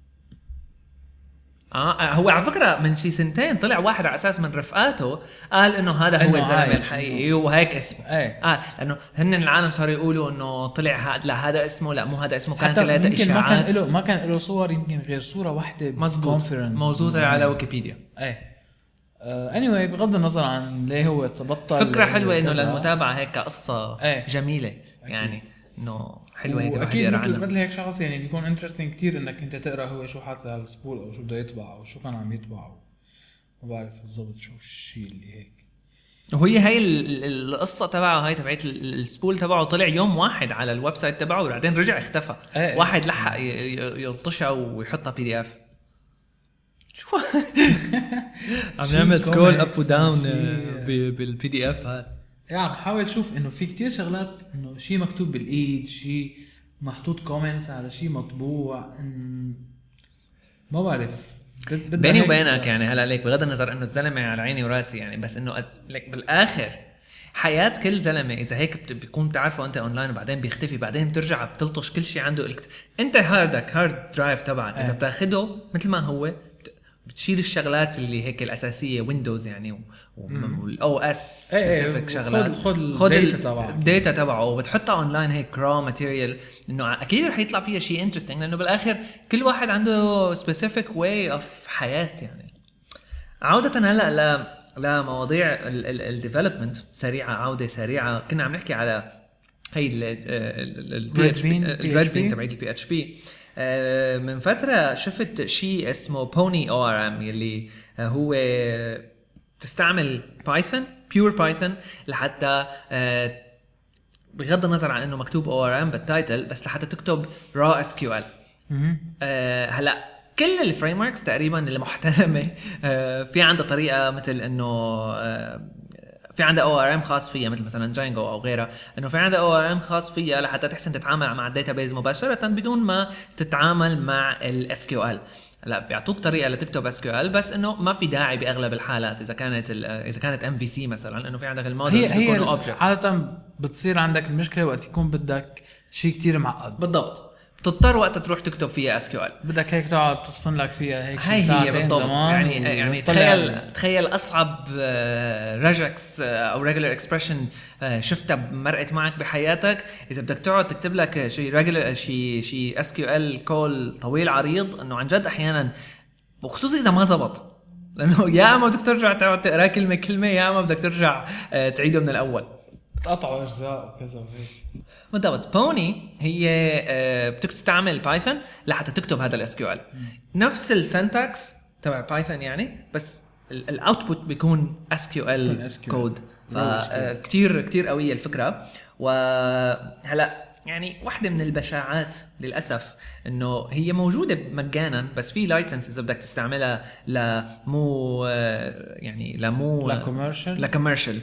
هو على فكرة من شي 2 طلع واحد على اساس من رفقاته قال انه هذا هو الزلمة الحقيقي وهيك اسمه. لانه هن العالم صاروا يقولوا انه طلع هذا اسمه، لا مو هذا اسمه، كان 3 اشاعات. ما كان له صور، يمكن غير صورة واحدة كونفرنس موجودة على ويكيبيديا. anyway بغض النظر عن ليه هو تبطل، فكرة حلوة انه للمتابعة هيك قصة جميلة يعني، انه حلوة هيك. اكيد مثل هيك شخص يعني بيكون انترستينج كتير انك انت تقرا هو شو حاطط على السبول او شو بده يطبع او شو كان عم يطبع، ما بعرف بالضبط شو الشيء اللي هيك. وهي هاي القصة تبعه، هاي تبعت السبول تبعه طلع يوم واحد على الويب سايت تبعه وبعدين رجع اختفى. واحد لحق يلطشها ويحطها PDF. شو عم نعمل سكرول اب وداون بالPDF هذا. يعني حاول شوف انه في كتير شغلات انه شيء مكتوب بالايد، شيء محطوط كومنتس على شيء مطبوع، ما بعرف بيني وبينك يعني. هلا ليك بغض النظر انه الزلمه على عيني وراسي يعني، بس انه ليك بالاخر حياة كل زلمة إذا هيك بيكون تعرفه أنت أونلاين وبعدين بيختفي، بعدين بترجع بتلطش كل شيء عنده. أنت هارد درايف تبعك إذا بتاخده مثل ما هو، بتشيل الشغلات اللي هيك الأساسية ويندوز يعني والأو اس سبيسيفيك شغلات، خد الداتا تبعه وبتحطها أونلاين هيك راw ماتيريال، إنه أكيد رح يطلع فيها شيء انترستينج، لأنه بالآخر كل واحد عنده سبيسيفيك واي أوف حياة يعني. عودة هلأ لمواضيع الديفلوبمنت سريعة، عودة سريعة. كنا عم نحكي على هاي الريد بين تبعت الPHP. من فترة شفت شيء اسمه Pony ORM يلي هو تستعمل بايثون pure بايثون لحتى بغض النظر عن انه مكتوب ORM بالتايتل، بس لحتى تكتب raw SQL. هلا كل الفريم وركس تقريبا اللي محترمه في عندها طريقه مثل انه في عندها ORM خاص فيها مثل مثلا جانجو او غيرها، انه في عندها ORM خاص فيها لحتى تحسن تتعامل مع الداتابيز مباشره بدون ما تتعامل مع ال SQL. لا بيعطوك طريقه لتكتب SQL، بس انه ما في داعي باغلب الحالات اذا كانت MVC مثلا، انه في عندك المودلز بيكونوا اوبجكتس. عاده بتصير عندك المشكله وقت يكون بدك شيء كتير معقد. بالضبط، بتضطر وقت تروح تكتب فيها SQL، بدك هيك تقعد تصفن لك فيها هيك هاي هي بالضبط. يعني تخيل اصعب ريجكس او ريجولار اكسبريشن شفتها مرقت معك بحياتك، اذا بدك تقعد تكتب لك شيء ريجولار شيء SQL كول طويل عريض، انه عن جد احيانا وخصوصا اذا ما زبط، لانه يا اما بدك ترجع تقعد تقرا كلمه يا اما بدك ترجع تعيده من الاول، تقطعوا اجزاء وكذا وهيك. بالضبط. بوني هي بتستعمل بايثون لحتى تكتب هذا الاس كيو ال، نفس السنتكس تبع بايثون يعني، بس الاوتبوت بيكون اس كيو ال كود. كتير قويه الفكره. وهلا يعني واحدة من البشاعات للأسف إنه هي موجودة مجانا، بس في لايسنس إذا بدك تستعملها لمو يعني لكوميرشل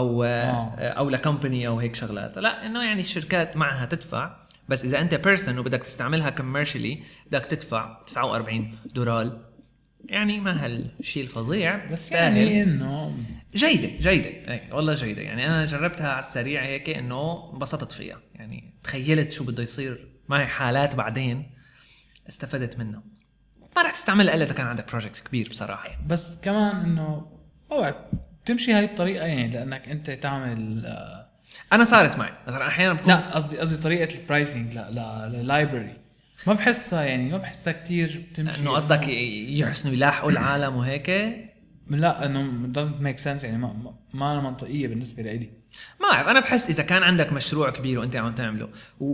أو لكمباني أو هيك شغلات. لا إنه يعني الشركات معها تدفع، بس إذا أنت بيرسون وبدك تستعملها كوميرشلي بدك تدفع $49. يعني ما هالشيء الفظيع، بس يعني إنه جيدة والله جيدة. يعني أنا جربتها على السريع هيك إنه انبسطت فيها، يعني تخيلت شو بده يصير معي حالات بعدين استفدت منه. ما راح تستعملها إلا إذا كان عندك بروجكت كبير بصراحة. بس كمان إنه تمشي هاي الطريقة، يعني لأنك أنت تعمل أنا صارت معي مثلا أحيانا بكون لا قصدي طريقة البرايسينج لا للايبراري ما بحسها كتير بتمشي. إنه قصدك يحسنوا يلاحقوا العالم وهيك؟ لا إنه doesn't make sense، يعني ما منطقية بالنسبة لي. ما أعرف، أنا بحس إذا كان عندك مشروع كبير وأنت عم تعمله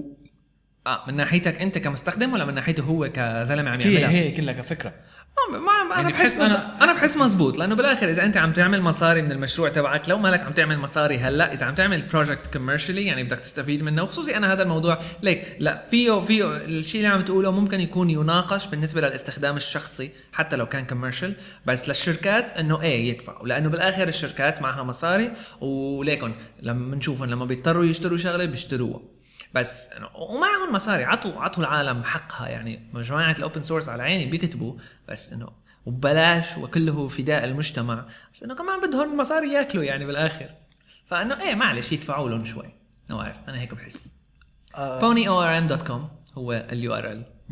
من ناحيتك أنت كمستخدم ولا من ناحيته هو كزلمة عم يعملها؟ هي كلها كفكرة. أنا بحس مزبوط، لأنه بالآخر إذا أنت عم تعمل مصاري من المشروع تبعك، لو مالك عم تعمل مصاري هلا، إذا عم تعمل بروجكت كوميرشلي يعني بدك تستفيد منه. وخصوصي أنا هذا الموضوع ليك لا فيه الشيء اللي عم تقوله ممكن يكون يناقش بالنسبة للاستخدام الشخصي حتى لو كان كوميرشل، بس للشركات إنه يدفعوا، لأنه بالآخر الشركات معها مصاري، وليكن لما نشوفهم لما بيضطروا يشتروا شغلة بيشتروها، بس ومعهم مصاري عطوا العالم حقها. يعني مجموعة الأوبن سورس على عيني بيكتبوا، بس إنه وبلاش وكله فداء المجتمع، بس إنه كمان بدهم مصاري يأكلوا يعني بالآخر. فإنه معلش يدفعوا لهم شوي. نعرف أنا هيك بحس. ponyorm.com هو الURL.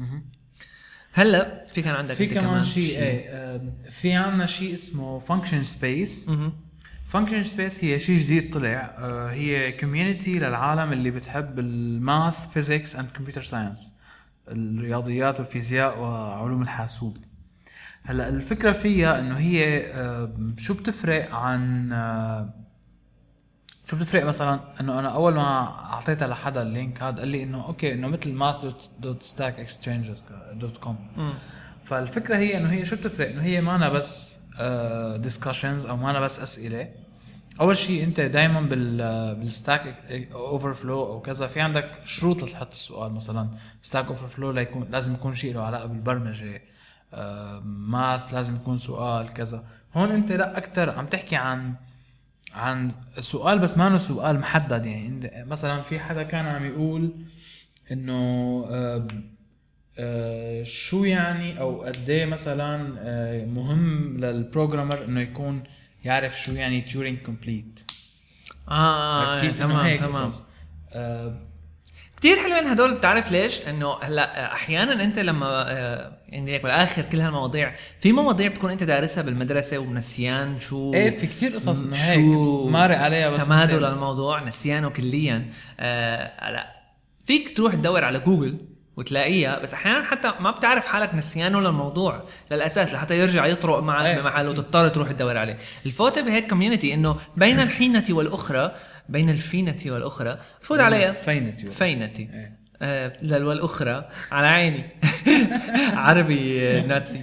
هلا في كان عندك في كمان شيء في عنا شيء اسمه function space. function space هي شيء جديد طلع. هي كوميونيتي للعالم اللي بتحب الماث فيزيكس اند كمبيوتر ساينس، الرياضيات والفيزياء وعلوم الحاسوب. هلا الفكره فيها انه هي شو بتفرق مثلا انه انا اول ما اعطيتها لحدا اللينك هذا قال لي انه اوكي انه مثل math.stackexchange.com. فالفكره هي انه هي شو بتفرق، انه هي ما أنا بس discussions او ما أنا بس اسئله. اول شيء انت دائما بالستاك اوفرفلو او كذا في عندك شروط لتحط السؤال. مثلا ستاك اوفرفلو لازم يكون شيء له علاقه بالبرمجه، ماث لازم يكون سؤال كذا. هون انت لا اكثر عم تحكي عن سؤال بس ما انه سؤال محدد. يعني مثلا في حدا كان عم يقول انه شو يعني او قد ايه مثلا مهم للبروجرامر انه يكون يعرف شو يعني تيورينج كومبليت. تمام. كتير حلوين هدول. بتعرف ليش؟ انه هلا احيانا انت لما يعني بالاخر كل هالمواضيع في مواضيع بتكون انت دارسها بالمدرسه ونسيان شو في كتير قصص انه هيك مارق عليها، بس سماده للموضوع نسيانه كليا. لا فيك تروح تدور على جوجل وتلاقيها، بس احيانا حتى ما بتعرف حالك نسيانه للموضوع للاساس لحتى يرجع يطرق معك بمحله وتضطر تروح تدور عليه. الفوت بهيك كوميونتي انه بين الحينه والاخرى، بين الفينه والاخرى فوت عليها فينتي والأخرى على عيني عربي ناتسي.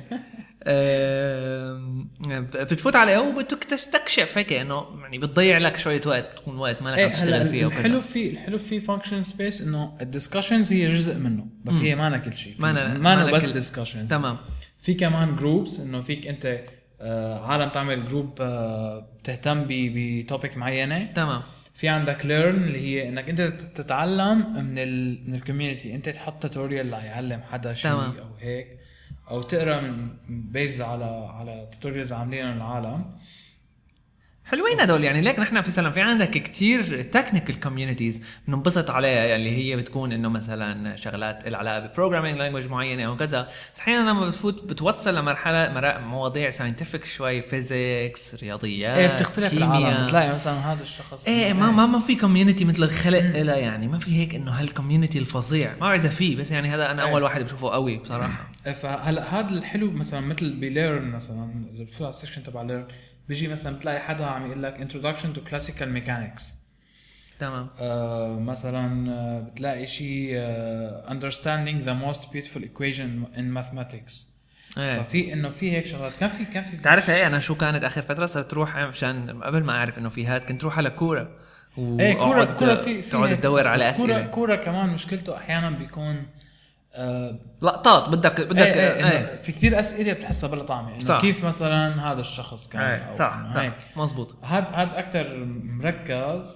بتفوت عليها وبدك تستكشف هيك انه يعني بتضيع لك شويه وقت، تكون وقت ما لك عم تشتغل فيها. الحلو في فانكشن سبيس انه الدسكشنز هي جزء منه، بس هي ما كل شيء، ما بس دسكشنز. تمام. في كمان جروبس انه فيك انت عالم تعمل جروب بتهتم بتوبيك معينه. تمام. في عندك learn اللي هي انك انت تتعلم من الكوميونتي، انت تحط توتوريال ليعلم حدا شيء او هيك، او تقرا من بيزد على توتوريالز عاملينها العالم. حلوين هدول يعني. ليك نحن في سلام في عندك كتير تكنيكال كوميونيتيز بننبسط عليها، اللي هي بتكون انه مثلا شغلات العلاقه ببروجرامينج لانجويج معينه او كذا. بس احيانا لما بتوصل لمرحله مواضيع ساينتفك شوي، فيزيكس، رياضيات، بتختلف العالم. بتلاقي مثلا هذا الشخص ما في كوميونتي مثل الخلق لها يعني. ما في هيك انه هالكوميونتي الفظيع، ما بعرف اذا في، بس يعني هذا انا اول واحد بشوفه قوي بصراحه. فهلا هذا الحلو مثلا مثل بليرن مثلا، اذا بتفوت على السكشن تبع ليرن بيجي مثلا بتلاقي حدا عم يقول لك introduction to classical mechanics. تمام. مثلا بتلاقي شيء understanding the most beautiful equation in mathematics. ففي انه في هيك شغلات. كان في تعرف ايه انا شو كانت اخر فتره صرت تروح عشان قبل ما اعرف انه في هاد كنت روح على كوره كوره في تقعد تدور على اسئله. كوره كمان مشكلته احيانا بيكون لقطات بدك في كتير اسئله بتحسها بلا طعمه، انه كيف مثلا هذا الشخص كان أو صح هيك مزبوط. هاد اكثر مركز.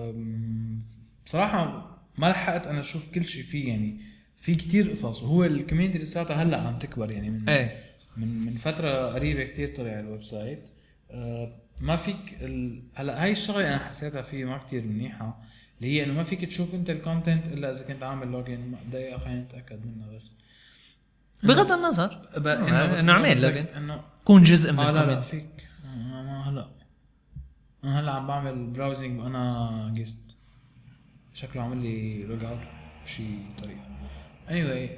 بصراحه ما لحقت انا اشوف كل شيء فيه يعني. في كتير قصص، وهو الكوميونتي لساتها هلا عم تكبر يعني من فتره قريبه كتير طلع الويب سايت. ما فيك هلا هاي الشغله انا حسيتها فيه ما كتير منيحه، اللي هي انه ما فيك تشوف انت الكونتنت الا اذا كنت عامل لوجين. دقيقه خلينا نتاكد منها بس. بغض النظر انه عمل لوجين انه كون جزء من الكوميونتي. لا فيك. انا هلا عم بعمل براوزنج وانا جيست، شكله عامل لي لوج اوت بشي طريقه. anyway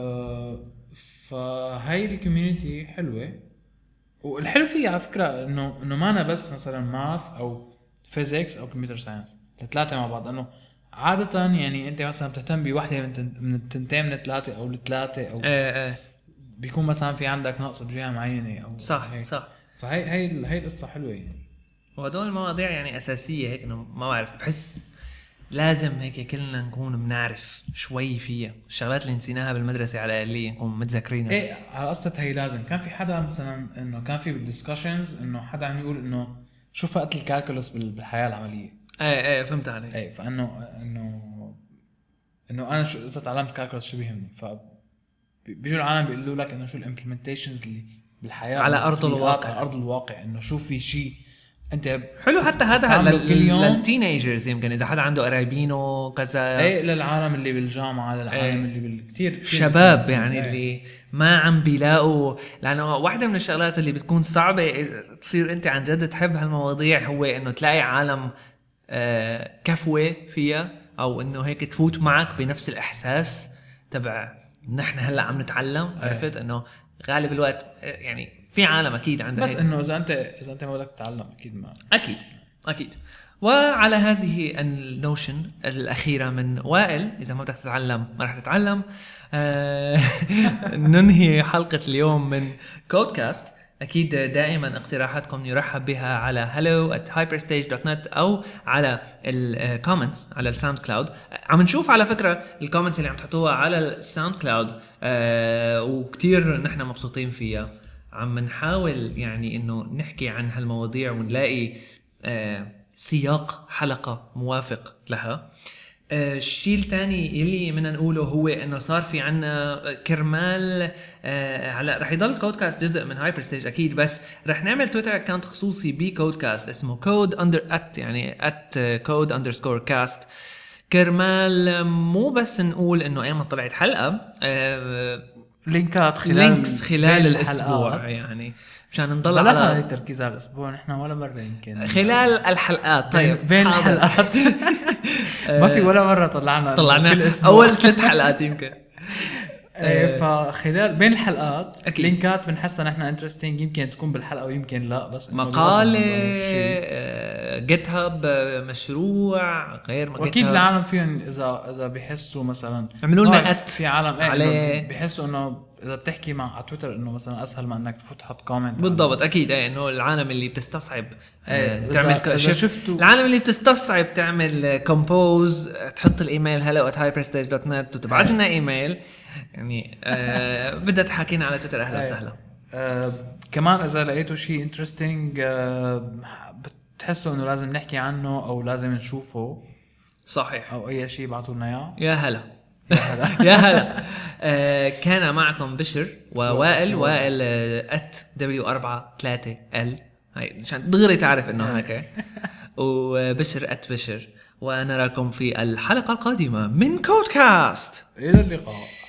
فهاي الكوميونتي حلوه، والحلو فيها على فكره انه ما أنا بس مثلا ماث او فيزيكس او كمبيوتر ساينس الثلاثه مع بعض. انه عاده يعني انت مثلا بتهتم بوحده من التنتين من الثلاثه او الثلاثه او بيكون مثلا في عندك نقص بجهه معينه او صح هيك. صح. فهي القصه حلوه يعني. وهدول المواضيع يعني اساسيه هيك انه ما بعرف بحس لازم هيك كلنا نكون بنعرف شوي فيها الشغلات اللي نسيناها بالمدرسه على الاقل نكون متذكرينها. على قصه هي لازم. كان في حدا مثلا انه كان في بالديسكشنز انه حدا عم يقول انه شو فائده الكالكولس بالحياه العمليه. فهمت عليك. فانه انه انا شو اذا تعلمت كالكولس شو بيهمني. بيجوا العالم بيقولوا لك انه شو الامبلمنتيشنز اللي بالحياه على ارض الواقع. على ارض الواقع انه شو في شيء انت حلو حتى هذا للتينيجرز يمكن اذا حدا عنده قرايبينه كذا. للعالم اللي بالجامعه، للعالم اللي بالكثير شباب يعني اللي ما عم بيلاقوا. لانه واحده من الشغلات اللي بتكون صعبه تصير انت عن جد تحب هالمواضيع هو انه تلاقي عالم كفوه فيها، او انه هيك تفوت معك بنفس الاحساس تبع نحن هلا عم نتعلم. عرفت انه غالب الوقت يعني في عالم اكيد عندها بس انه اذا انت ما بدك تتعلم اكيد ما اكيد. وعلى هذه النوشن الاخيره من وائل، اذا ما بدك تتعلم ما راح تتعلم، ننهي حلقه اليوم من كودكاست. اكيد دائما اقتراحاتكم يرحب بها على hello@hyperstage.net او على الكومنتس على الساوند كلاود. عم نشوف على فكره الكومنتس اللي عم تحطوها على الساوند كلاود وكتير نحن مبسوطين فيها. عم نحاول يعني انه نحكي عن هالمواضيع ونلاقي سياق حلقه موافق لها. الشيء الثاني يلي بدنا نقوله هو انه صار في عنا كرمال على رح يضل كودكاست جزء من هايبر ستيج اكيد، بس رح نعمل تويتر اكاونت خصوصي بكودكاست اسمه يعني @code_cast كرمال مو بس نقول انه ايمتى طلعت حلقه، لينكات خلال الاسبوع يعني مشان نضل على التركيز على الاسبوع. نحن ولا مره يمكن خلال الحلقات. طيب بين الحلقات ما في ولا مره طلعنا اول 3 حلقات يمكن. فخلال بين الحلقات أكيد. لينكات بنحسها نحن انترستينج، يمكن تكون بالحلقه ويمكن لا، بس مقاله جيت هاب مشروع غير ما اكيد العالم فيهم اذا بيحسوا مثلا عملوا لنا في عالم عليه بيحسوا انه اذا بتحكي مع على تويتر انه مثلا اسهل ما انك تفوت تحط كومنت بالضبط. اكيد انه العالم اللي بتستصعب تعمل العالم اللي بتستصعب تعمل كومبوز، تحط الايميل hello@hyperstage.net وتبعت لنا ايميل يعني بدها تحكينا على تويتر اهلا وسهلا. كمان اذا لقيتوا شيء انترستينج بتحسوا انه لازم نحكي عنه او لازم نشوفه صحيح او اي شيء بعتوا لنا اياه. يا هلا يا هلا. كان معكم بشر ووائل @W43L هاي عشان دغري تعرف انه هيك وبشر @بشر ونراكم في الحلقة القادمة من كودكاست. الى اللقاء.